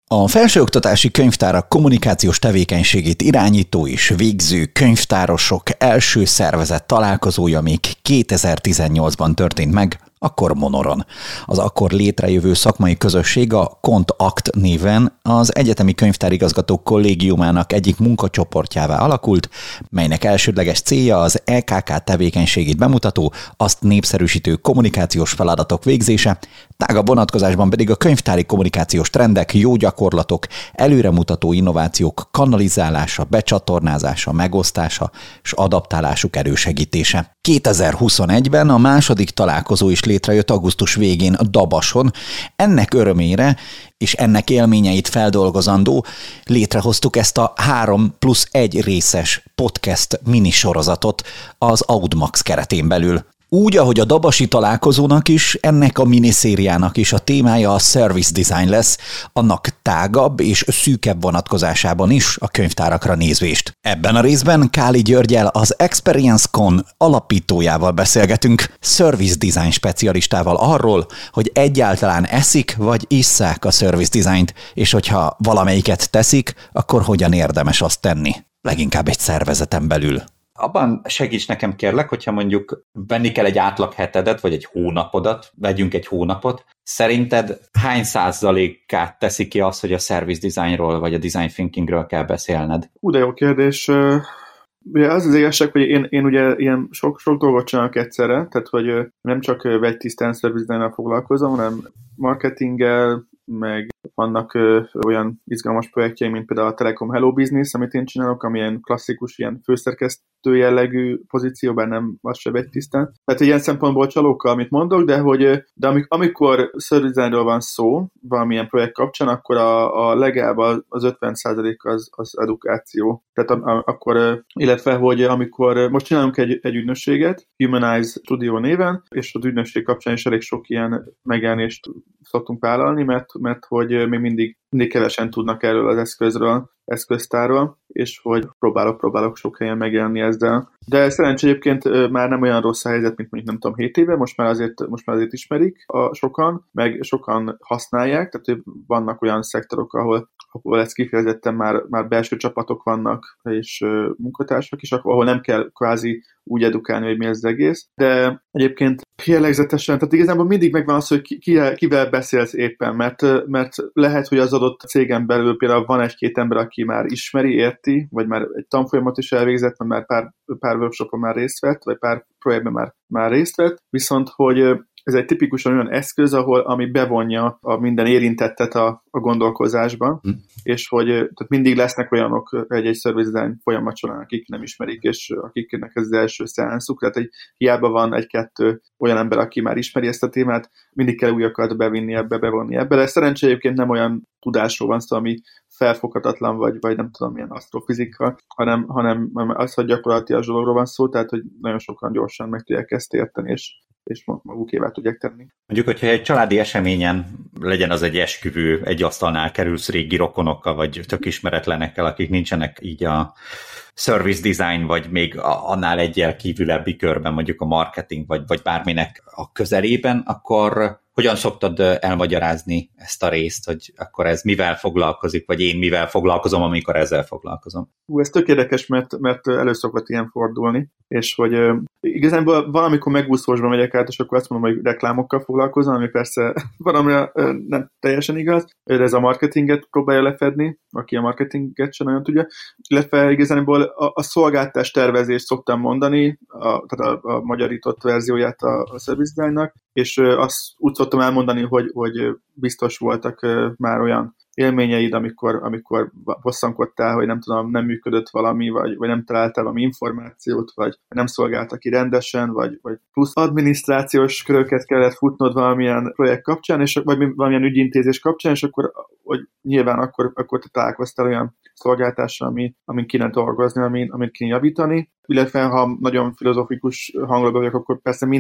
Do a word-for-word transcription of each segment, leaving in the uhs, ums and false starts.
A felsőoktatási könyvtárak kommunikációs tevékenységét irányító és végző könyvtárosok első szervezett találkozója még kétezer-tizennyolcban történt meg, akkor Monoron. Az akkor létrejövő szakmai közösség a Cont-Act néven az Egyetemi Könyvtárigazgatók Kollégiumának egyik munkacsoportjává alakult, melynek elsődleges célja az é ká ká tevékenységét bemutató, azt népszerűsítő kommunikációs feladatok végzése, tágabb vonatkozásban pedig a könyvtári kommunikációs trendek, jó gyakorlatok, előremutató innovációk kanalizálása, becsatornázása, megosztása és adaptálásuk elősegítése. kétezer-huszonegyben a második találkozó is létrejött augusztus végén a Dabason. Ennek örömére és ennek élményeit feldolgozandó létrehoztuk ezt a három plusz egy részes podcast minisorozatot az Audmax keretén belül. Úgy, ahogy a dabasi találkozónak is, ennek a miniszériának is a témája a service design lesz, annak tágabb és szűkebb vonatkozásában is a könyvtárakra nézvést. Ebben a részben Káli Györggyel, az ExperienceCon alapítójával beszélgetünk, service design specialistával arról, hogy egyáltalán eszik vagy isszák a service designt, és hogyha valamelyiket teszik, akkor hogyan érdemes azt tenni, leginkább egy szervezeten belül. Abban segíts nekem kérlek, hogyha mondjuk venni kell egy átlag hetedet, vagy egy hónapodat, vegyünk egy hónapot, szerinted hány százalékát teszi ki az, hogy a service designról, vagy a design thinkingről kell beszélned? Ú, de jó kérdés. Ugye az az igazság, hogy én, én ugye ilyen sok, sok dolgot csinálok egyszerre, tehát hogy nem csak vegytisztán service designnal foglalkozom, hanem marketinggel, meg vannak ö, olyan izgalmas projektjeim, mint például a Telekom Hello Business, amit én csinálok, ami ilyen klasszikus, ilyen főszerkesztő jellegű pozíció, bár nem az se egy tisztán. Tehát ilyen szempontból csalókkal, amit mondok, de hogy de amik, amikor service designról van szó, valamilyen projekt kapcsán, akkor a, a legalább az ötven százalék az, az edukáció. Tehát a, a, akkor, illetve, hogy amikor most csinálunk egy, egy ügynökséget, Humanize Studio néven, és az ügynökség kapcsán is elég sok ilyen megjelenést szoktunk vállalni, mert, mert hogy még mindig, mindig kevesen tudnak erről az eszközről, eszköztárról, és hogy próbálok, próbálok sok helyen megjelenni ezzel. De szerencsé egyébként már nem olyan rossz a helyzet, mint mondjuk nem tudom hét éve, most már azért, most már azért ismerik a sokan, meg sokan használják, tehát vannak olyan szektorok, ahol, ahol ezt kifejezetten már, már belső csapatok vannak, és munkatársak is, ahol nem kell kvázi úgy edukálni, hogy mi ez az egész. De egyébként jellegzetesen, tehát igazából mindig megvan az, hogy ki, kivel beszélsz éppen, mert, mert lehet, hogy az adott cégen belül például van egy-két ember, aki már ismeri, érti, vagy már egy tanfolyamat is elvégzett, vagy már pár, pár workshopon már részt vett, vagy pár projektben már, már részt vett, viszont hogy ez egy tipikusan olyan eszköz, ahol, ami bevonja a minden érintettet a, a gondolkozásba, hm. és hogy tehát mindig lesznek olyanok egy-egy service design folyamat során, akik nem ismerik, és akiknek ez az első szeánszuk, tehát egy, hiába van egy-kettő olyan ember, aki már ismeri ezt a témát, mindig kell újakat bevinni ebbe, bevonni ebbe, de szerencsé egyébként nem olyan tudásról van szó, ami felfoghatatlan, vagy, vagy nem tudom, milyen asztrofizika, hanem, hanem az, hogy gyakorlatilag dologról van szó, tehát hogy nagyon sokan gyorsan meg tudják ezt érteni, és és magukévá tudják tenni. Mondjuk, hogyha egy családi eseményen, legyen az egy esküvő, egy asztalnál kerülsz régi rokonokkal, vagy tök ismeretlenekkel, akik nincsenek így a service design, vagy még annál egyel kívülebbi körben, mondjuk a marketing, vagy, vagy bárminek a közelében, akkor hogyan szoktad elmagyarázni ezt a részt, hogy akkor ez mivel foglalkozik, vagy én mivel foglalkozom, amikor ezzel foglalkozom? Hú, ez tök érdekes, mert, mert elő szokott ilyen fordulni, és hogy uh, igazából valamikor megúszósban megyek át, és akkor azt mondom, hogy reklámokkal foglalkozom, ami persze valamire uh, nem teljesen igaz, de ez a marketinget próbálja lefedni, aki a marketinget sem nagyon tudja, illetve igazából a, a szolgáltás tervezést szoktam mondani, a, tehát a, a magyarított verzióját a, a service designnak, és uh, azt úgy szoktam elmondani, hogy, hogy biztos voltak uh, már olyan élményeid, amikor, amikor bosszankodtál, hogy nem tudom, nem működött valami, vagy, vagy nem találtál valami információt, vagy nem szolgálta ki rendesen, vagy, vagy plusz adminisztrációs köröket kellett futnod valamilyen projekt kapcsán, és, vagy valamilyen ügyintézés kapcsán, és akkor hogy nyilván akkor, akkor te találkoztál olyan szolgáltással, ami, amin kéne dolgozni, amin, amit kéne javítani, illetve ha nagyon filozofikus hangulatban vagyok, akkor persze mind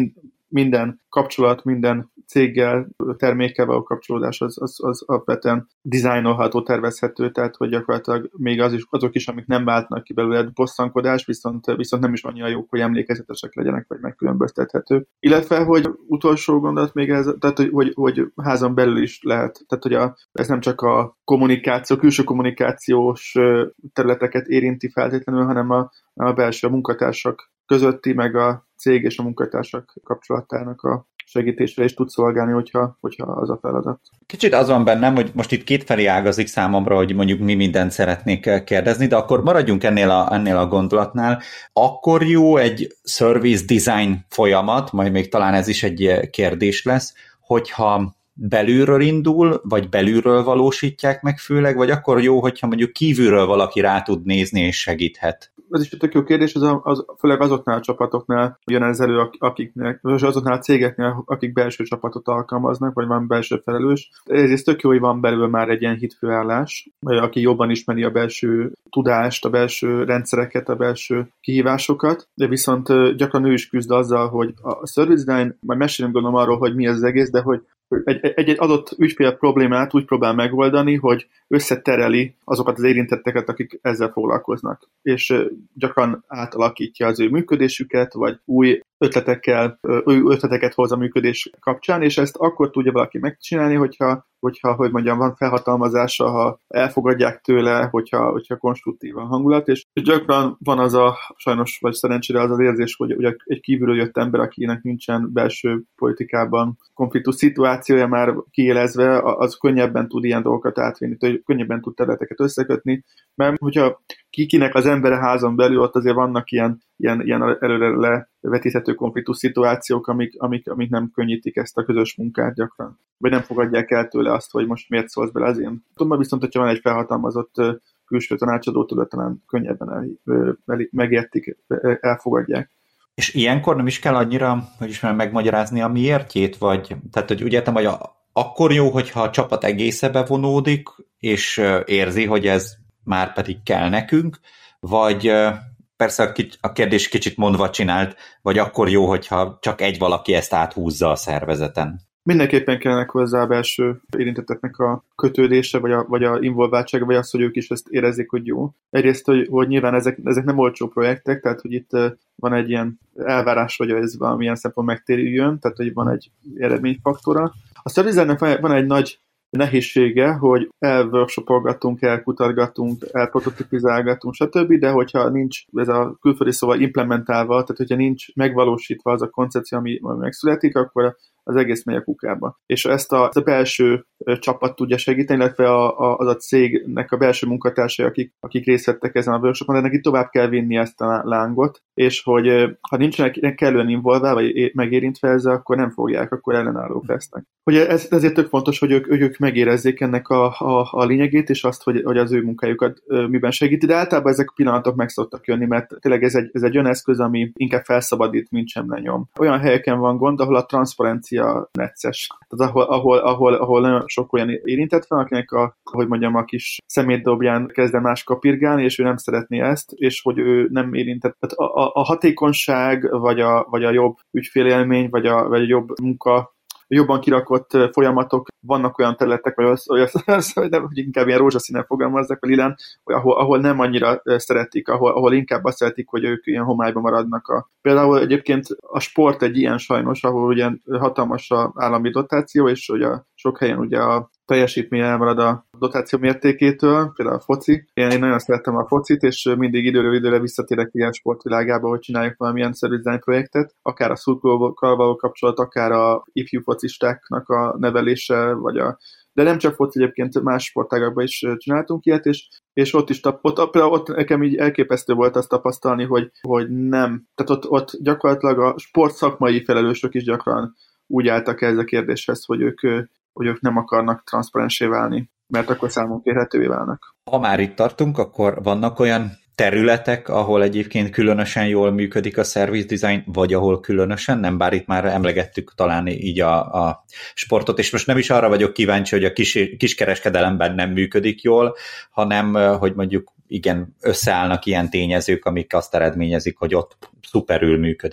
minden kapcsolat, minden céggel, termékkel való kapcsolódás az, az, az alapvetően dizájnolható, tervezhető, tehát hogy gyakorlatilag még az is, azok is, amik nem váltnak ki belőle bosszankodás, viszont, viszont nem is annyira jók, hogy emlékezetesek legyenek, vagy megkülönböztethető. Illetve, hogy utolsó gondolat még ez, tehát hogy, hogy, hogy házon belül is lehet, tehát hogy a, ez nem csak a kommunikáció, külső kommunikációs területeket érinti feltétlenül, hanem a, a belső a munkatársak közötti, meg a cég és a munkatársak kapcsolatának a segítésre is tud szolgálni, hogyha, hogyha az a feladat. Kicsit az van bennem, hogy most itt kétfelé ágazik számomra, hogy mondjuk mi mindent szeretnék kérdezni, de akkor maradjunk ennél a, ennél a gondolatnál. Akkor jó egy service design folyamat, majd még talán ez is egy kérdés lesz, hogyha belülről indul, vagy belülről valósítják meg főleg, vagy akkor jó, hogyha mondjuk kívülről valaki rá tud nézni és segíthet? Ez is egy tök jó kérdés, az, az, főleg azoknál a csapatoknál jön ez elő, akiknek, vagy azoknál a cégeknél, akik belső csapatot alkalmaznak, vagy van belső felelős. Ez tök jó, hogy van belül már egy ilyen hitfőállás, aki jobban ismeri a belső tudást, a belső rendszereket, a belső kihívásokat, de viszont gyakran ő is küzd azzal, hogy a service design, majd mesélünk gondolom arról, hogy mi ez az egész, de hogy egy, egy, egy adott ügyfél problémát úgy próbál megoldani, hogy összetereli azokat az érintetteket, akik ezzel foglalkoznak. És gyakran átalakítja az ő működésüket, vagy új ötletekkel, új ötleteket hoz a működés kapcsán, és ezt akkor tudja valaki megcsinálni, hogyha, hogyha hogy mondjam, van felhatalmazása, ha elfogadják tőle, hogyha, hogyha konstruktív a hangulat, és gyakran van az a, sajnos vagy szerencsére az az érzés, hogy ugye egy kívülről jött ember, akinek nincsen belső politikában konfliktus szituációja már kiélezve, az könnyebben tud ilyen dolgokat átvinni, hogy könnyebben tud területeket összekötni, mert hogyha kikinek az embere házon belül, ott azért vannak ilyen, ilyen, ilyen előre levetíthető konfliktus szituációk, amik, amik, amik nem könnyítik ezt a közös munkát gyakran. Vagy nem fogadják el tőle azt, hogy most miért szólsz bele az én. Tudom, viszont, hogyha van egy felhatalmazott külső tanácsadó, tőle talán könnyebben el, el, megértik, elfogadják. És ilyenkor nem is kell annyira, hogy is megmagyarázni a miértjét, vagy, tehát, hogy úgy értem, hogy a, akkor jó, hogyha a csapat egésze bevonódik, és érzi, hogy ez már pedig kell nekünk, vagy persze a kérdés kicsit mondva csinált, vagy akkor jó, hogyha csak egy valaki ezt áthúzza a szervezeten. Mindenképpen kellenek hozzá a belső érintetteknek a kötődése, vagy a, vagy a involváltsága, vagy az, hogy ők is ezt érezzék, hogy jó. Egyrészt, hogy, hogy nyilván ezek, ezek nem olcsó projektek, tehát hogy itt van egy ilyen elvárás, hogy ez valamilyen szempont megtérüljön, tehát hogy van egy eredményfaktora. A service-nek van egy nagy nehézsége, hogy elworkshopolgatunk, elkutatgatunk, elprototipizálgatunk, stb., de hogyha nincs ez a külföldi szóval implementálva, tehát hogyha nincs megvalósítva az a koncepció, ami, ami megszületik, akkor az egész megy a kukába. És ezt a, ezt a belső csapat tudja segíteni, illetve a, a, az a cégnek a belső munkatársai, akik, akik részt vettek ezen a workshopon, de neki tovább kell vinni ezt a lángot, és hogy ha nincsenek kellően involválva, vagy megérintve ezzel, akkor nem fogják, akkor ellenállók lesznek. Hogy ez, ezért tök fontos, hogy ők, ők megérezzék ennek a, a, a lényegét, és azt, hogy, hogy az ő munkájukat miben segíti, de általában ezek a pillanatok meg szoktak jönni, mert tényleg ez egy, ez egy olyan eszköz, ami inkább felszabadít, mint sem lenyom. Olyan helyeken van gond, ahol a transzparencia necces. Tehát ahol, ahol, ahol, ahol nagyon sok olyan érintett van, akinek a, hogy mondjam, a kis szemétdobján kezd más kapirgálni, és ő nem szeretné ezt, és hogy ő nem érintett. Tehát a, a, a hatékonyság, vagy a, vagy a jobb ügyfélélmény, vagy a, vagy a jobb munka, jobban kirakott folyamatok, vannak olyan területek, vagy az, az, az, az, hogy inkább ilyen rózsaszínen fogalmazzak, vagy lilán, ahol, ahol nem annyira szeretik, ahol, ahol inkább azt szeretik, hogy ők ilyen homályban maradnak. A, például egyébként a sport egy ilyen sajnos, ahol ugye hatalmas az állami dotáció, és ugye sok helyen ugye a teljesítmény elmarad a dotáció mértékétől, például a foci. Én, én nagyon szeretem a focit, és mindig időről időre visszatérek ilyen sportvilágába, hogy csináljuk valamilyen service design projektet, akár a szurkolókkal való kapcsolat, akár a ifjú focistáknak a nevelése, vagy a de nem csak foci, egyébként más sportágakban is csináltunk ilyet, és, és ott is, ott, például ott nekem így elképesztő volt azt tapasztalni, hogy, hogy nem, tehát ott, ott gyakorlatilag a sportszakmai felelősök is gyakran úgy álltak ez a kérdéshez, hogy ők hogy ők nem akarnak transzparensé válni, mert akkor számon kérhetővé válnak. Ha már itt tartunk, akkor vannak olyan területek, ahol egyébként különösen jól működik a service design, vagy ahol különösen nem, bár itt már emlegettük talán így a, a sportot, és most nem is arra vagyok kíváncsi, hogy a kis, kiskereskedelemben nem működik jól, hanem hogy mondjuk igen, összeállnak ilyen tényezők, amik azt eredményezik, hogy ott szuperül működik.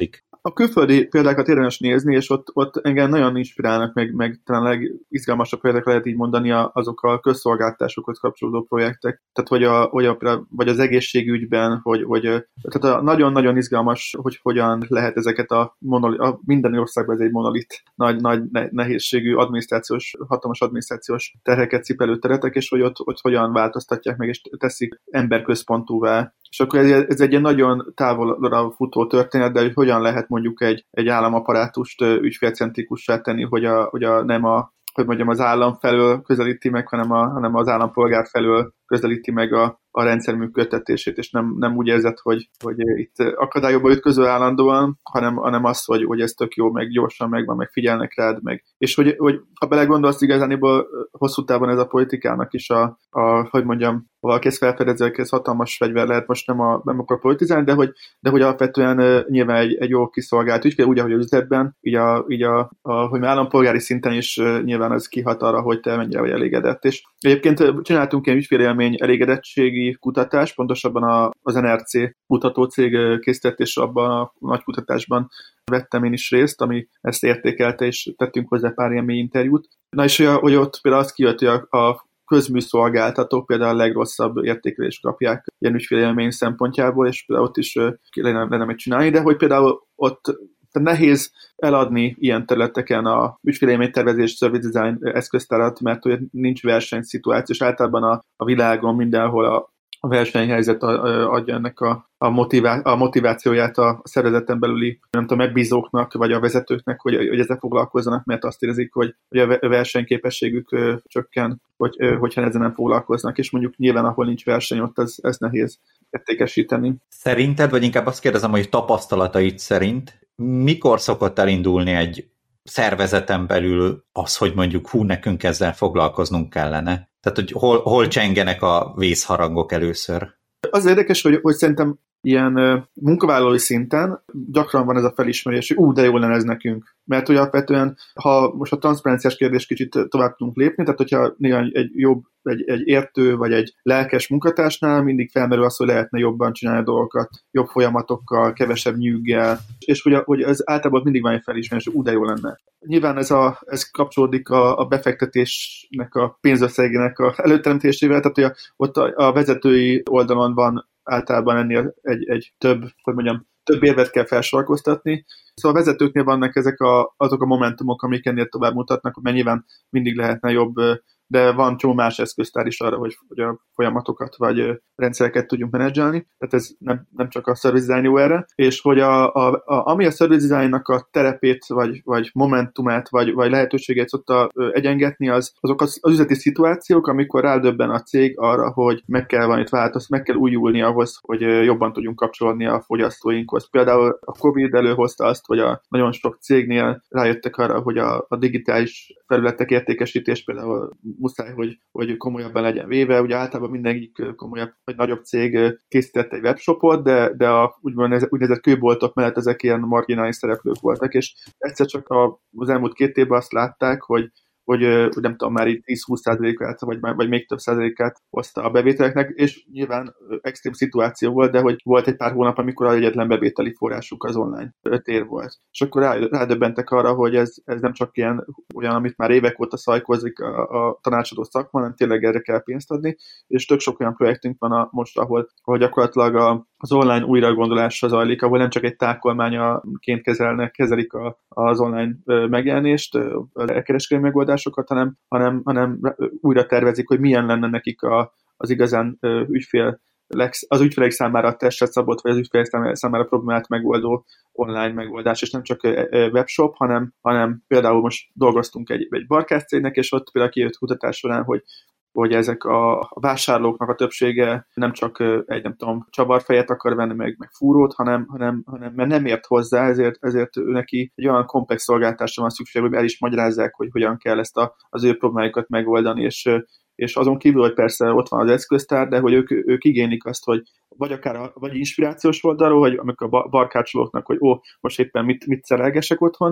a külföldi példákat érdemes nézni, és ott, ott engem nagyon inspirálnak, meg, meg talán legizgalmasabb projektek lehet így mondani azok a közszolgáltatásokhoz kapcsolódó projektek. Tehát, hogy, a, hogy a, vagy az egészségügyben, hogy, hogy tehát a nagyon-nagyon izgalmas, hogy hogyan lehet ezeket a, monoli, a minden országban ez egy monolit, nagy, nagy nehézségű adminisztrációs, hatalmas adminisztrációs terheket cipelő területek, és hogy ott, ott hogyan változtatják meg, és teszik emberközpontúvá. És akkor ez, ez egy nagyon távolra futó történet, de hogy hogyan lehet mondjuk egy, egy államaparátust ügyfélcentrikussá tenni, hogy, a, hogy a, nem a, hogy mondjam, az állam felől közelíti meg, hanem, a, hanem az állampolgár felől közelíti meg a, a rendszer működtetését, és nem, nem úgy érzed, hogy, hogy itt akadályokba ütközöl állandóan, hanem, hanem az, hogy, hogy ez tök jó, meg gyorsan megvan, meg figyelnek rád, meg. És hogy, hogy ha belegondolsz, igazániból hosszú távon ez a politikának is a, a hogy mondjam, valaki ezt felfedezze, ez hatalmas fegyver lehet, most nem, a, nem akar politizálni, de hogy, de hogy alapvetően uh, nyilván egy, egy jó kiszolgált ügyfél, úgy, ahogy az üzletben, így a, így a, a hogy állampolgári szinten is uh, nyilván az kihat arra, hogy te mennyire vagy elégedett. És egyébként uh, csináltunk ilyen ügyfélélmény elégedettségi kutatást, pontosabban a, az en er cé kutatócég uh, készített, és abban a nagy kutatásban vettem én is részt, ami ezt értékelte, és tettünk hozzá pár ilyen mély interjút. Na és hogy, hogy ott például azt kijött, hogy a, a közműszolgáltatók például a legrosszabb értékelést kapják ilyen ügyfélélmény szempontjából, és például ott is lenne, lenne meg csinálni, de hogy például ott nehéz eladni ilyen területeken a ügyfélélmény tervezés, service design eszköztárat, mert hogy nincs versenyszituáció, és általában a, a világon mindenhol a a versenyhelyzet adja ennek a, a, motivá- a motivációját a szervezeten belüli, nem tudom, megbízóknak, vagy a vezetőknek, hogy, hogy ezzel foglalkozzanak, mert azt érzik, hogy, hogy a versenyképességük ö, csökken, hogy, ö, hogyha ezzel nem foglalkoznak, és mondjuk nyilván, ahol nincs verseny, ott ez, ez nehéz értékesíteni. Szerinted, vagy inkább azt kérdezem, hogy tapasztalataid szerint, mikor szokott elindulni egy szervezeten belül az, hogy mondjuk hú, nekünk ezzel foglalkoznunk kellene? Tehát, hogy hol, hol csengenek a vészharangok először? Az érdekes, hogy, hogy szerintem ilyen uh, munkavállalói szinten gyakran van ez a felismerés, hogy ú, de jó lenne ez nekünk. Mert hogy alapvetően, ha most a transzparenciás kérdés kicsit tovább tudunk lépni, tehát hogyha néha egy jobb, egy, egy értő, vagy egy lelkes munkatársnál mindig felmerül az, hogy lehetne jobban csinálni a dolgokat, jobb folyamatokkal, kevesebb nyűggel, és hogy, hogy ez általában mindig van egy felismerés, hogy ú, de jó lenne. Nyilván ez, a, ez kapcsolódik a, a befektetésnek, a pénzösszegének a előteremtésével, tehát hogy a, ott a, a vezetői oldalon van általában ennél egy, egy több, hogy mondjam, több érvet kell felsorkoztatni. Szóval a vezetőknél vannak ezek a, azok a momentumok, amik ennél tovább mutatnak, hogy mennyiben mindig lehetne jobb, de van csomó más eszköztár is arra, hogy, hogy a folyamatokat vagy rendszereket tudjunk menedzselni. Tehát ez nem, nem csak a service design jó erre, és hogy a, a, a, ami a service designnak a terepét, vagy, vagy momentumát, vagy, vagy lehetőségét szokta egyengetni, az, azok az, az üzleti szituációk, amikor rádöbben a cég arra, hogy meg kell valamit változni, meg kell újulni ahhoz, hogy jobban tudjunk kapcsolódni a fogyasztóinkhoz. Például a Covid előhozta azt, hogy a nagyon sok cégnél rájöttek arra, hogy a, a digitális felületek értékesítés például muszáj, hogy, hogy komolyabban legyen véve. Ugye általában mindenki komolyabb vagy nagyobb cég készített egy webshopot, de, de a úgynevezett, úgynevezett kőboltok mellett ezek ilyen marginális szereplők voltak, és egyszer csak a, az elmúlt két évben azt látták, hogy hogy, hogy nem tudom, már így tíz-húsz százalékát, vagy, vagy még több százalékát hozta a bevételeknek, és nyilván extrém szituáció volt, de hogy volt egy pár hónap, amikor az egyetlen bevételi forrásuk az online tér volt. És akkor rá, rádöbbentek arra, hogy ez, ez nem csak ilyen olyan, amit már évek óta szajkozik a, a tanácsadó szakma, hanem tényleg erre kell pénzt adni, és tök sok olyan projektünk van a, most, ahol, ahol gyakorlatilag a, az online újragondolásra zajlik, ahol nem csak egy tárkolmányaként kezelnek, kezelik a, az online megjelenést, a kereskedelmi megoldásokat, hanem, hanem, hanem újra tervezik, hogy milyen lenne nekik a, az igazán ügyfél, az ügyfelek számára testre szabott, vagy az ügyfelek számára problémát megoldó online megoldás, és nem csak webshop, hanem, hanem például most dolgoztunk egy, egy barkász cégnek, és ott például kijött kutatás során, hogy hogy ezek a vásárlóknak a többsége nem csak egy, nem tudom, csavarfejet akar venni, meg, meg fúrót, hanem, hanem, hanem mert nem ért hozzá, ezért, ezért ő neki egy olyan komplex szolgáltásra van szükség, hogy el is magyarázzák, hogy hogyan kell ezt a, az ő problémájukat megoldani, és, és azon kívül, hogy persze ott van az eszköztár, de hogy ők, ők igénylik azt, hogy vagy akár a, vagy inspirációs oldalról, hogy amikor a barkácsolóknak, hogy ó, most éppen mit, mit szerelgesek otthon,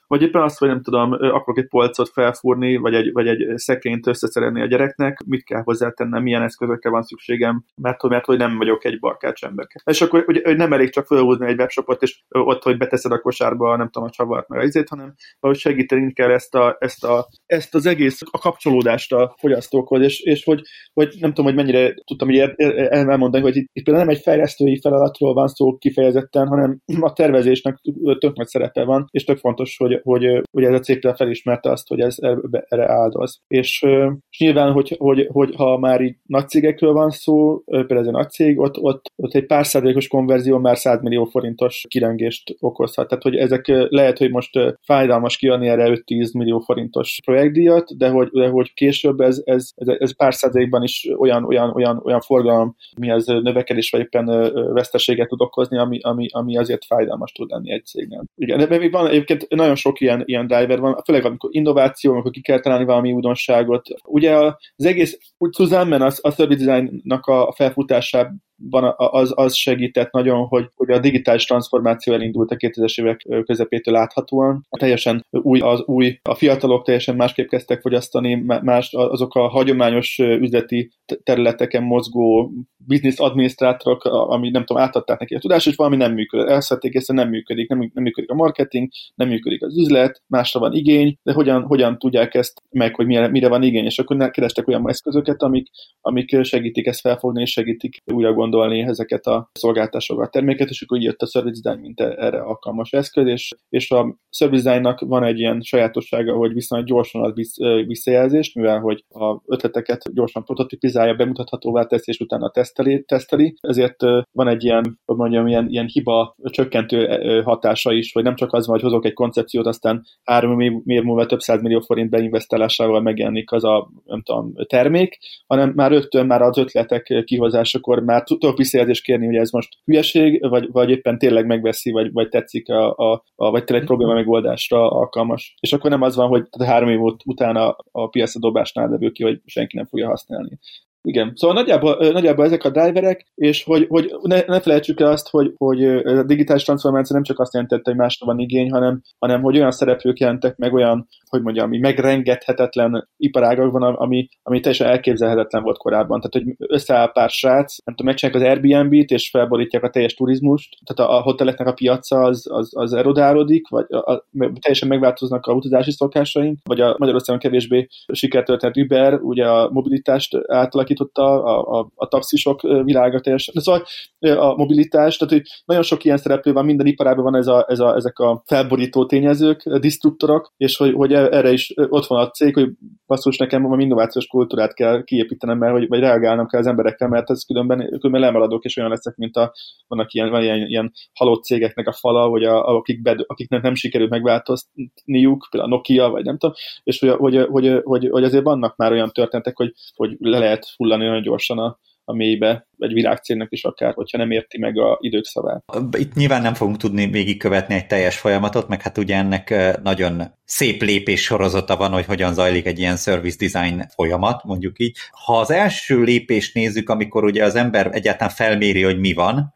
vagy éppen azt, hogy nem tudom, akarok egy polcot felfúrni, vagy egy, vagy egy szekrényt összeszerelni a gyereknek, mit kell hozzátennem, milyen eszközökre van szükségem, mert, mert hogy nem vagyok egy barkács ember. És akkor ugye, nem elég csak felhúzni egy webshopot, és ott, hogy beteszed a kosárba, nem tudom, a csavart, meg az izét, hanem valahogy segíteni kell ezt, a, ezt, a, ezt az egész a kapcsolódást a fogyasztókhoz, és, és hogy, hogy nem tudom, hogy mennyire tudtam így elmondani, hogy itt, itt például nem egy fejlesztői feladatról van szó kifejezetten, hanem a tervezésnek tök nagy szerepe van, és tök fontos, hogy, hogy, hogy ez a cég felismerte azt, hogy ez erre áldoz. És, és nyilván, hogy, hogy, hogy ha már így nagy cégekről van szó, például ez a nagy cég, ott, ott, ott egy pár százalékos konverzió már száz millió forintos kilengést okozhat. Tehát, hogy ezek lehet, hogy most fájdalmas kiadni erre öt-tíz millió forintos projektdíjat, de hogy, de hogy később ez, ez, ez pár százalékban is olyan, olyan, olyan, olyan forgalom, mi az növekedés, vagy éppen veszteséget tud okozni, ami, ami, ami azért fájdalmas tud lenni egy cégnél. Igen, de még van egyébként nagyon sok ilyen, ilyen driver van, főleg amikor innováció, amikor ki kell találni valami újdonságot. Ugye az egész, úgy Susanne a, a service designnak a felfutásában az, az segített nagyon, hogy, hogy a digitális transformáció elindult a kétezres évek közepétől láthatóan. Teljesen új, az új, a fiatalok teljesen másképp kezdtek fogyasztani, más, azok a hagyományos üzleti területeken mozgó business adminisztrátorok, ami nem tudom, átadták neki a tudást, és valami nem működik. Elszedték, és nem működik, nem, nem működik a marketing, nem működik az üzlet, másra van igény, de hogyan, hogyan tudják ezt meg, hogy mire, mire van igény, és akkor kerestek olyan eszközöket, amik, amik segítik ezt felfogni, és segítik újra gondolni ezeket a szolgáltatásokat, terméket, és akkor így jött a service design, mint erre alkalmas eszköz, és, és a service designnak van egy ilyen sajátossága, hogy viszonylag gyorsan ad visszajelzést, mivel hogy a ötleteket gyorsan prototipizálja, bemutathatóvá teszi, és utána teszteli, teszteli. Ezért van egy ilyen, hogy mondjam, ilyen, ilyen hiba csökkentő hatása is, hogy nem csak az van, hogy hozok egy koncepciót, aztán három év múlva több száz millió forint beinvestálásával megjelenik az a nem tudom, termék, hanem már rögtön már az ötletek kihozásakor már tudok visszajelzést kérni, hogy ez most hülyeség, vagy, vagy éppen tényleg megveszi, vagy, vagy tetszik, a, a, a, vagy tényleg probléma megoldásra alkalmas. És akkor nem az van, hogy három év utána a piacra dobásnál derül ki, hogy senki nem fogja használni. Igen, szóval nagyjából, nagyjából ezek a driverek, és hogy, hogy ne, ne felejtsük el azt, hogy, hogy a digitális transformáció nem csak azt jelentette, hogy másra van igény, hanem, hanem hogy olyan szereplők jelentek meg, olyan, hogy mondjam, ami megrengethetetlen iparágakban, ami, ami teljesen elképzelhetetlen volt korábban. Tehát, hogy összeáll pár srác, nem tudom, megcsinálják az Airbnb-t, és felborítják a teljes turizmust, tehát a, a hoteleknek a piaca az, az, az erodálódik, vagy a, a, teljesen megváltoznak a utazási szokásaink, vagy a Magyarországon kevésbé sikertörténet Uber, ugye a mobilitást átalakít A, a, a taxisok világa teljesen. De szóval a mobilitás, tehát hogy nagyon sok ilyen szereplő van, minden iparában van ez a, ez a, ezek a felborító tényezők, disztruktorok, és hogy, hogy erre is ott van a cég, hogy basszus, nekem valami innovációs kultúrát kell kiépítenem, mert hogy, vagy reagálnom kell az emberekkel, mert ez különben, különben lemaradok, és olyan leszek, mint a, vannak ilyen, van ilyen, ilyen halott cégeknek a fala, vagy a, akik bed, akiknek nem sikerült megváltozniuk, például a Nokia, vagy nem tudom, és hogy, hogy, hogy, hogy, hogy azért vannak már olyan történetek, hogy, hogy le lehet hullani nagyon gyorsan a, a mélybe, egy világcégnek is akár, hogyha nem érti meg a idők szavát. Itt nyilván nem fogunk tudni végigkövetni egy teljes folyamatot, meg hát ugye ennek nagyon szép lépés sorozata van, hogy hogyan zajlik egy ilyen service design folyamat, mondjuk így. Ha az első lépést nézzük, amikor ugye az ember egyáltalán felméri, hogy mi van,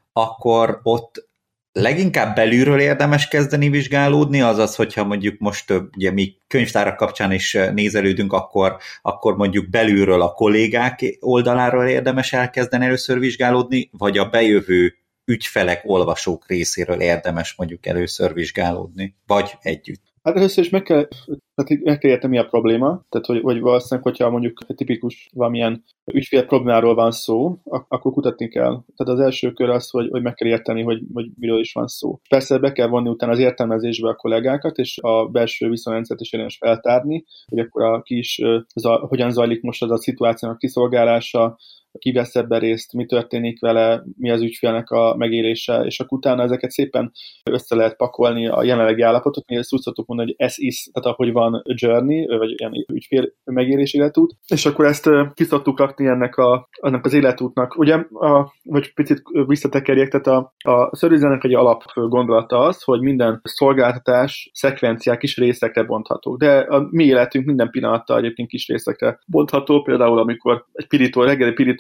akkor ott leginkább belülről érdemes kezdeni vizsgálódni, azaz, hogyha mondjuk most ugye mi könyvtárak kapcsán is nézelődünk, akkor, akkor mondjuk belülről a kollégák oldaláról érdemes elkezdeni először vizsgálódni, vagy a bejövő ügyfelek, olvasók részéről érdemes mondjuk először vizsgálódni, vagy együtt. Hát először is meg kell, tehát meg kell érteni, mi a probléma, tehát hogy, hogy valószínűleg, hogyha mondjuk egy tipikus valamilyen ügyfél problémáról van szó, akkor kutatni kell. Tehát az első kör az, hogy, hogy meg kell érteni, hogy, hogy miről is van szó. Persze be kell vonni utána az értelmezésbe a kollégákat, és a belső viszonyrendszert is érdemes feltárni, hogy akkor a kis, az a, hogyan zajlik most az a szituációnak kiszolgálása, ki vesz ebben részt, mi történik vele, mi az ügyfélnek a megélése, és akkor utána ezeket szépen össze lehet pakolni a jelenlegi állapotot, mi ezt úgy szoktuk mondani, hogy as is, tehát ahogy van journey, vagy ilyen ügyfél megélés életút, és akkor ezt ki szoktuk rakni ennek, a, ennek az életútnak. Ugye, a, vagy picit visszatekerjek, tehát a, a service-nek egy alap gondolata az, hogy minden szolgáltatás szekvenciák kis részekre bonthatók, de a mi életünk minden pillanata egyébként kis részekre bontható, például amikor egy pirító, reggeli pirító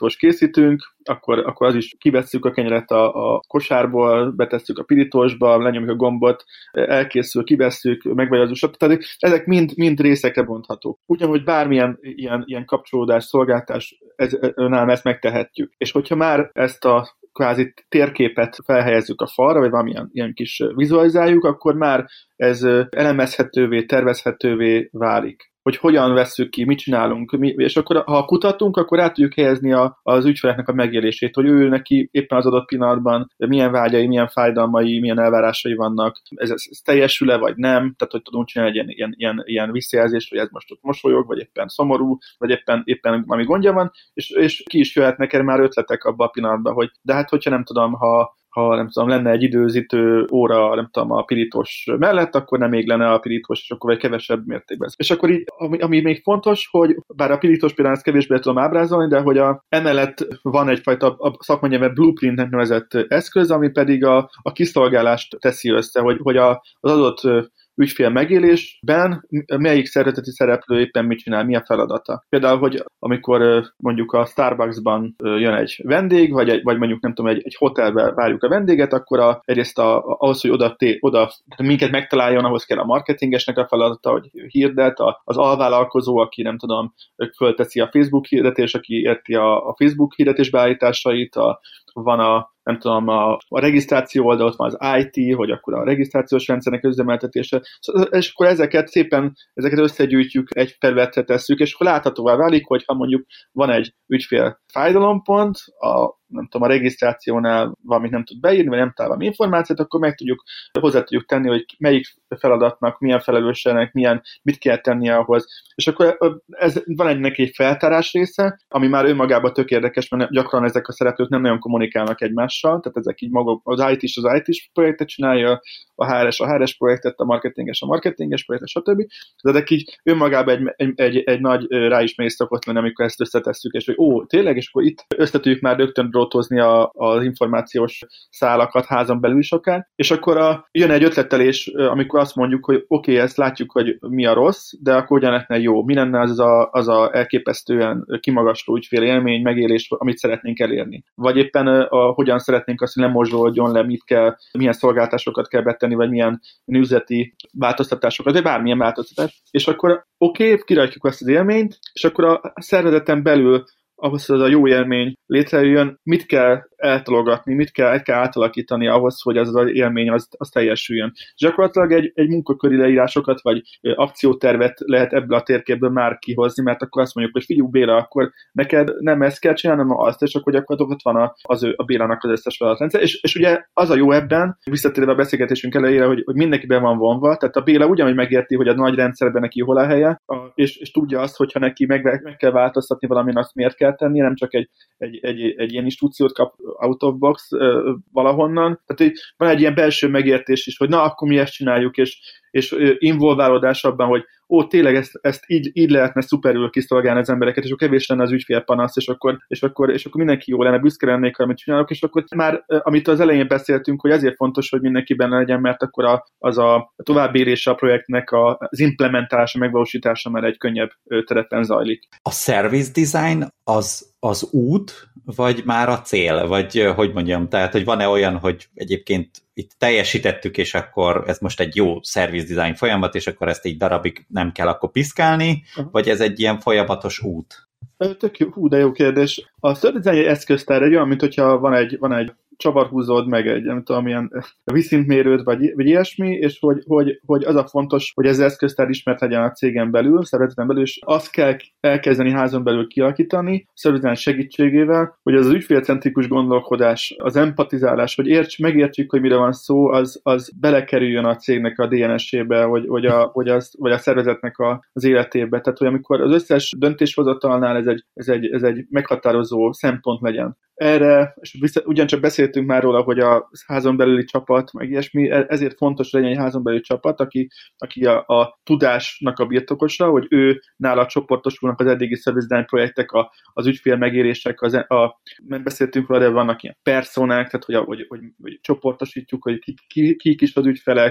pirítóst készítünk, akkor, akkor az is kivesszük a kenyeret a, a kosárból, betesszük a pirítósba, lenyomjuk a gombot, elkészül, kivesszük, megvajazzuk, tehát ezek mind, mind részekre bonthatók. Ugyanúgy bármilyen ilyen, ilyen kapcsolódás, szolgáltás, ez, nem, ezt megtehetjük. És hogyha már ezt a kvázi térképet felhelyezzük a falra, vagy valamilyen ilyen kis vizualizáljuk, akkor már ez elemezhetővé, tervezhetővé válik. Hogy hogyan vesszük ki, mit csinálunk, mi, és akkor ha kutatunk, akkor át tudjuk helyezni a, az ügyfeleknek a megélését, hogy ő neki éppen az adott pillanatban milyen vágyai, milyen fájdalmai, milyen elvárásai vannak, ez, ez, ez teljesül-e, vagy nem, tehát hogy tudunk csinálni egy ilyen, ilyen, ilyen, ilyen visszajelzést, hogy ez most ott mosolyog, vagy éppen szomorú, vagy éppen, éppen valami gondja van, és, és ki is jöhetnek erre már ötletek abban a pillanatban, hogy de hát hogyha nem tudom, ha ha nem tudom, lenne egy időzítő óra, nem tudom, a pirítós mellett, akkor nem még lenne a pirítós, és akkor egy kevesebb mértékben. És akkor így, ami, ami még fontos, hogy bár a pirítós például ezt kevésbé tudom ábrázolni, de hogy a, emellett van egyfajta a szakmai nyelven blueprintnek nevezett eszköz, ami pedig a, a kiszolgálást teszi össze, hogy, hogy a, az adott ügyfél megélésben melyik szervezeti szereplő éppen mit csinál, mi a feladata. Például, hogy amikor mondjuk a Starbucksban jön egy vendég, vagy, egy, vagy mondjuk nem tudom, egy, egy hotelbe várjuk a vendéget, akkor a, egyrészt a, ahhoz, hogy oda, té, oda minket megtaláljon, ahhoz kell a marketingesnek a feladata, hogy hirdet, az alvállalkozó, aki nem tudom, fölteszi a Facebook hirdetés, aki érti a, a Facebook hirdetés beállításait, a, van a nem tudom, a, a regisztráció oldal, ott van az i té, hogy akkor a regisztrációs rendszernek üzemeltetése, és akkor ezeket szépen, ezeket összegyűjtjük, egy felületre tesszük, és akkor láthatóvá válik, hogy ha mondjuk van egy ügyfél fájdalompont, a nem tudom, a regisztrációnál valamit nem tud beírni, vagy nem talál valami információt, akkor meg tudjuk, hozzá tudjuk tenni, hogy melyik feladatnak, milyen felelősségnek, milyen, mit kell tennie ahhoz. És akkor ez, van egy neki egy feltárás része, ami már önmagában tök érdekes, mert gyakran ezek a szereplők nem nagyon kommunikálnak egymással, tehát ezek így maguk, az i té-s az i té-s projektet csinálja, a há er es a há er es projektet, a marketinges a marketinges projektet, stb. De ezek így önmagában egy, egy, egy, egy nagy ráismerés szokott lenni, amikor ezt összetesszük, és hogy ó, tényleg, és akkor itt összetudjuk már rögtön drótozni a, az információs szálakat házon belül is akár, és akkor a, jön egy ötletelés, amikor azt mondjuk, hogy oké, okay, ezt látjuk, hogy mi a rossz, de akkor hogyan lehetne jó, mi lenne az a, az a elképesztően kimagasló ügyfél élmény, megélés, amit szeretnénk elérni. Vagy éppen a, hogyan szeretnénk azt, hogy nem mozduljon le, mit kell, milyen szolgáltásokat kell betenni, vagy milyen üzleti változtatásokat, vagy bármilyen változtatás. És akkor oké, okay, kirajtjuk azt az élményt, és akkor a szervezeten belül ahhoz, hogy az a jó élmény létrejöjjön, mit kell eltologatni, mit kell, kell átalakítani ahhoz, hogy az az élmény az, az teljesüljön. És gyakorlatilag egy, egy munkaköri leírásokat, vagy akciótervet lehet ebből a térképből már kihozni, mert akkor azt mondjuk, hogy figyelj Béla, akkor neked nem ezt kell csinálni, hanem azt, és akkor gyakorlatilag ott van a, az ő, a Bélának az összes feladatrendszer. És, és ugye az a jó ebben, visszatérve a beszélgetésünk elejére, hogy, hogy mindenkiben van vonva, tehát a Béla ugyanúgy megérti, hogy a nagy rendszerben neki hol a helye, a, és, és tudja azt, hogyha neki meg, meg kell változtatni valamin, azt miért kell tenni, nem csak egy, egy, egy, egy ilyen instrukciót kap out of box uh, valahonnan. Tehát van egy ilyen belső megértés is, hogy na, akkor mi ezt csináljuk, és, és uh, involválódás abban, hogy ó, tényleg ezt, ezt így, így lehetne szuperül kiszolgálni az embereket, és akkor kevés lenne az ügyfélpanasz, és akkor, és akkor, és akkor mindenki jó lenne, büszke lennék, amit csinálok, és akkor már, amit az elején beszéltünk, hogy azért fontos, hogy mindenki benne legyen, mert akkor a, az a továbbérése a projektnek a, az implementálása, megvalósítása már egy könnyebb terepen zajlik. A service design az, az út, vagy már a cél? Vagy hogy mondjam, tehát, hogy van-e olyan, hogy egyébként itt teljesítettük, és akkor ez most egy jó service design folyamat, és akkor ezt egy darabig nem kell akkor piszkálni, uh-huh. Vagy ez egy ilyen folyamatos út? Tök jó, hú, de jó kérdés. A service design egy eszköztár egy olyan, mint hogyha van egy, van egy csavarhúzód, meg egy, nem tudom, ilyen vízszintmérőd, vagy, vagy ilyesmi, és hogy, hogy, hogy az a fontos, hogy ez az eszköztár ismert legyen a cégen belül, szervezeten belül, és azt kell elkezdeni házon belül kialakítani, szervezeten segítségével, hogy az, az ügyfélcentrikus gondolkodás, az empatizálás, hogy érts, megértsük, hogy mire van szó, az, az belekerüljön a cégnek a dé en es-ébe, hogy, hogy, a, hogy az, vagy a szervezetnek a, az életébe. Tehát, hogy amikor az összes döntéshozatalnál ez egy, ez egy, ez egy meghatározó szempont legyen. Erre, és vissza, ugyancsak beszéltünk már róla, hogy a házon belüli csapat, meg ilyesmi, ezért fontos, hogy legyen egy házon belüli csapat, aki, aki a, a tudásnak a birtokosa, hogy ő nála csoportosulnak az eddigi service design projektek, a, az ügyfél megérések, az, a, nem beszéltünk róla, de vannak ilyen personák, tehát hogy, hogy, hogy, hogy csoportosítjuk, hogy kik ki, ki is az ügyfelek,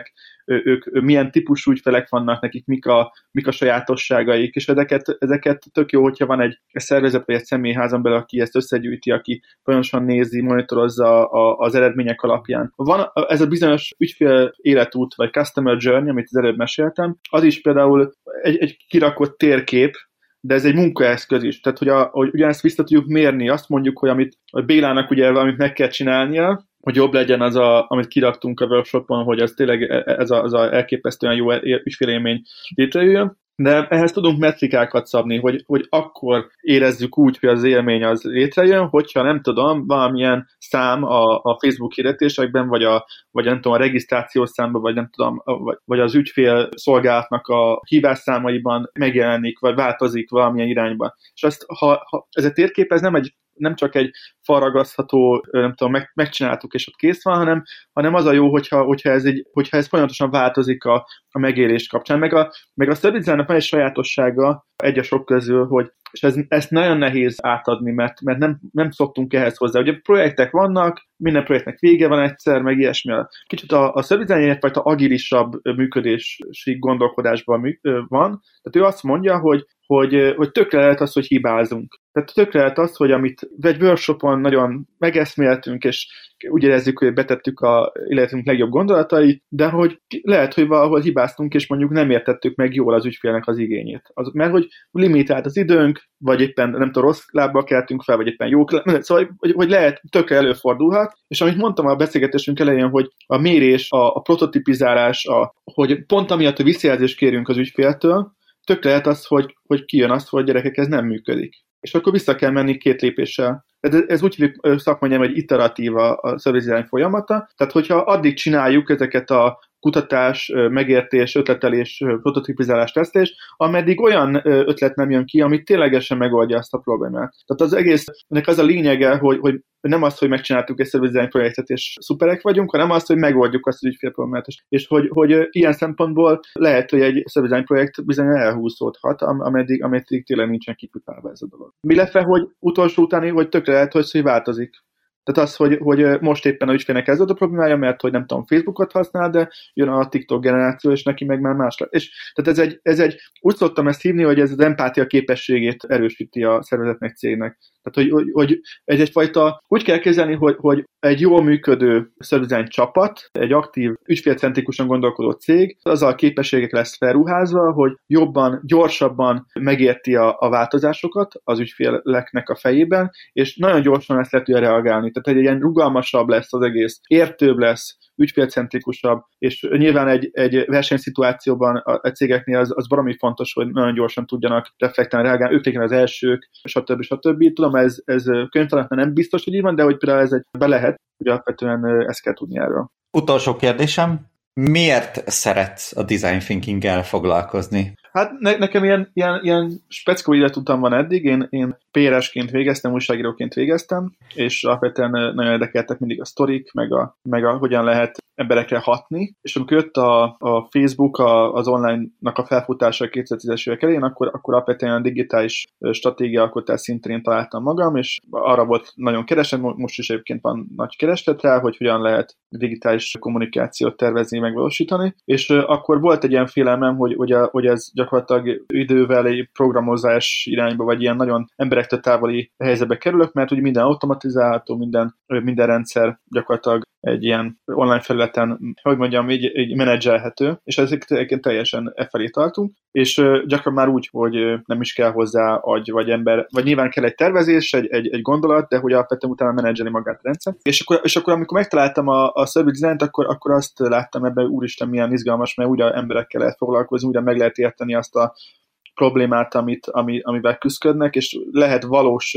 ők milyen típusú ügyfelek vannak nekik, mik a, mik a sajátosságaik, és ezeket, ezeket tök jó, hogyha van egy, egy szervezet vagy egy személyházon belül, aki ezt összegyűjti, aki folyamatosan nézi, monitorozza a, az eredmények alapján. Van ez a bizonyos ügyfél életút, vagy customer journey, amit az előbb meséltem, az is például egy, egy kirakott térkép, de ez egy munkaeszköz is. Tehát, hogy, a, hogy ugyanezt vissza tudjuk mérni, azt mondjuk, hogy amit a Bélának ugye valamit meg kell csinálnia, hogy jobb legyen az, a, amit kiraktunk a workshopon, hogy az tényleg ez a, az a elképesztően jó ügyfélélmény létrejöjjön. De ehhez tudunk metrikákat szabni, hogy, hogy akkor érezzük úgy, hogy az élmény az létrejön, hogyha nem tudom, valamilyen szám a, a Facebook hirdetésekben, vagy a, vagy nem tudom, a regisztrációs számban, vagy nem tudom, vagy, vagy az ügyfél szolgálatnak a hívásszámaiban megjelenik, vagy változik valamilyen irányba. És azt, ha, ha ez a térkép, ez nem egy nem csak egy falragasztható, nem tudom, meg, megcsináltuk és ott kész van, hanem, hanem az a jó, hogyha, hogyha, ez, egy, hogyha ez folyamatosan változik a, a megélés kapcsán. Meg a, meg a service design-nak van egy sajátossága egy a sok közül, hogy és ez, ezt nagyon nehéz átadni, mert, mert nem, nem szoktunk ehhez hozzá. Ugye projektek vannak, minden projektnek vége van egyszer, meg ilyesmi. Kicsit a, a service design egyfajta agilisabb működési gondolkodásban mű, van. Tehát ő azt mondja, hogy Hogy, hogy tökre lehet az, hogy hibázunk. Tehát tökre lehet az, hogy amit egy workshopon nagyon megeszméltünk, és úgy érezzük, hogy betettük a életünk legjobb gondolatait, de hogy lehet, hogy valahol hibáztunk, és mondjuk nem értettük meg jól az ügyfélnek az igényét. Az, mert hogy limitált az időnk, vagy éppen nem tudom, rossz lábbal keltünk fel, vagy éppen jók, szóval hogy, hogy lehet, tökre előfordulhat, és amit mondtam a beszélgetésünk elején, hogy a mérés, a, a prototipizálás, a, hogy pont amiatt a visszajelzést kérünk az ügyféltől, tökre lehet az, hogy, hogy kijön az, hogy gyerekek, ez nem működik. És akkor vissza kell menni két lépéssel. Ez, ez úgy hívjuk szakmai, hogy iteratív a, a service design folyamata. Tehát, hogyha addig csináljuk ezeket a kutatás, megértés, ötletelés, prototipizálás, tesztelés, ameddig olyan ötlet nem jön ki, ami ténylegesen megoldja azt a problémát. Tehát az egész, ennek az a lényege, hogy, hogy nem az, hogy megcsináltuk egy service design projektet és szuperek vagyunk, hanem az, hogy megoldjuk azt az ügyfél problémát. És hogy, hogy ilyen szempontból lehet, hogy egy service design projekt bizony elhúzódhat, ameddig, ameddig tényleg nincsen kipipálva ez a dolog. Illetve, hogy utolsó utáni, hogy tökre lehet, hogy, hogy változik. Tehát az, hogy, hogy most éppen a ügyfélnek ez volt a problémája, mert hogy nem tudom, Facebookot használ, de jön a TikTok generáció, és neki meg már más lett. És tehát ez egy, ez egy, úgy szoktam ezt hívni, hogy ez az empátia képességét erősíti a szervezetnek, cégnek. Tehát, hogy, hogy, hogy ez egyfajta, úgy kell kezelni, hogy, hogy egy jól működő service design csapat, egy aktív, ügyfélcentrikusan gondolkodó cég, azzal a képességek lesz felruházva, hogy jobban, gyorsabban megérti a, a változásokat az ügyféleknek a fejében, és nagyon gyorsan lesz lehet reagálni. Tehát egy ilyen rugalmasabb lesz az egész, értőbb lesz, ügyfélcentrikusabb, és nyilván egy, egy versenyszituációban a, a cégeknél az, az valami fontos, hogy nagyon gyorsan tudjanak reflektálni, reagálni, ők legyen az elsők, stb. stb. Tudom, ez, ez könyvtalanatban nem biztos, hogy így van, de hogy például ez egy be lehet, hogy alapvetően ezt kell tudni erről. Utolsó kérdésem, miért szeretsz a design thinking-gel foglalkozni? Hát ne, nekem ilyen, ilyen, ilyen speckó életutam van eddig, én, én pé er esként végeztem, újságíróként végeztem, és alapvetően nagyon érdekeltek mindig a sztorik, meg, a, meg a, hogyan lehet emberekre hatni, és amikor jött a, a Facebook, a, az online-nak a felfutása a kétezer-tízes évek elején, akkor, akkor alapvetően a digitális stratégiaalkotás szintén találtam magam, és arra volt nagyon kereslet, most is egyébként van nagy kereslet rá, hogy hogyan lehet digitális kommunikációt tervezni, megvalósítani, és akkor volt egy ilyen félelmem, hogy, hogy, a, hogy ez gyakorlatilag idővel egy programozás irányba, vagy ilyen nagyon emberektől távoli helyzetbe kerülök, mert ugye minden automatizálható, minden, minden rendszer gyakorlatilag egy ilyen online felületen, hogy mondjam, így, így menedzselhető, és ezeket teljesen e felé tartunk, és gyakran már úgy, hogy nem is kell hozzá agy vagy ember, vagy nyilván kell egy tervezés, egy, egy, egy gondolat, de hogy alapvetően utána menedzselni magát a rendszer. És akkor, és akkor amikor megtaláltam a, a service designt, akkor, akkor azt láttam ebben, úristen, milyen izgalmas, mert úgy a emberekkel lehet foglalkozni, úgy meg lehet érteni azt a problémát, amit, ami, amivel küzdködnek, és lehet valós,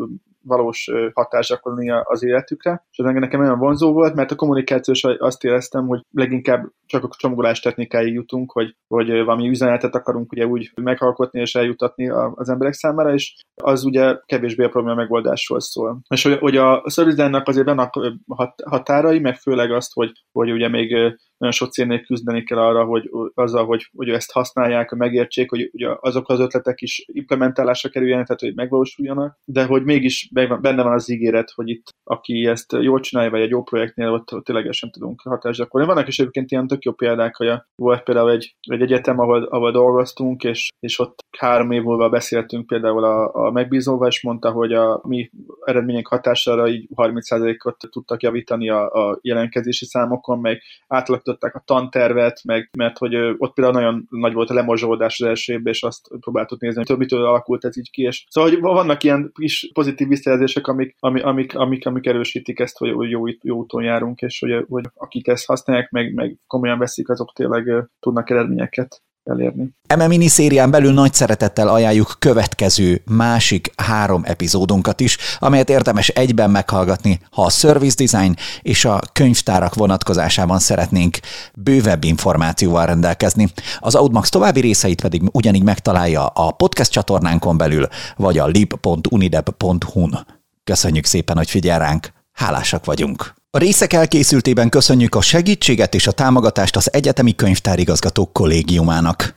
valós hatást gyakorolni az életükre, és ez nekem nagyon vonzó volt, mert a kommunikációs azt éreztem, hogy leginkább csak a csomagolás technikáig jutunk, hogy, hogy valami üzenetet akarunk ugye úgy megalkotni és eljutatni az emberek számára, és az ugye kevésbé a probléma megoldásról szól. És hogy, hogy a service design-nak azért vannak határai, meg főleg azt, hogy, hogy ugye még nagyon sok cégnél küzdeni kell arra, hogy azzal, hogy, hogy ezt használják, hogy megértsék, hogy ugye azok az ötletek is implementálásra kerüljenek, tehát hogy megvalósuljanak, de hogy mégis benne van az ígéret, hogy itt aki ezt jól csinálja, vagy egy jó projektnél ott, ott ténylegesen tudunk hatást gyakorolni. Vannak is egyébként ilyen tök jó példák, hogy a, volt például egy, egy egyetem, ahol, ahol dolgoztunk, és, és ott három év múlva beszéltünk például a, a megbízóval, és mondta, hogy a mi eredmények hatására így harminc százalékot tudtak javítani a, a jelentkezési számokon, meg átalakították a tantervet, meg, mert hogy ott például nagyon nagy volt a lemozsolódás az első évben, és azt próbáltuk nézni, hogy mitől alakult ez így ki. És szóval, hogy vannak ilyen kis pozitív visszajelzések, amik, amik, amik, amik, amik erősítik ezt, hogy jó, jó úton járunk, és hogy, hogy akik ezt használják, meg, meg komolyan veszik, azok tényleg tudnak eredményeket elérni. Eme miniszérián belül nagy szeretettel ajánljuk következő másik három epizódunkat is, amelyet érdemes egyben meghallgatni, ha a service design és a könyvtárak vonatkozásában szeretnénk bővebb információval rendelkezni. Az Audmax további részeit pedig ugyanígy megtalálja a podcast csatornánkon belül, vagy a lib pont unidep pont hu-n. Köszönjük szépen, hogy figyel ránk, hálásak vagyunk! A részek elkészültében köszönjük a segítséget és a támogatást az Egyetemi Könyvtárigazgatók Kollégiumának.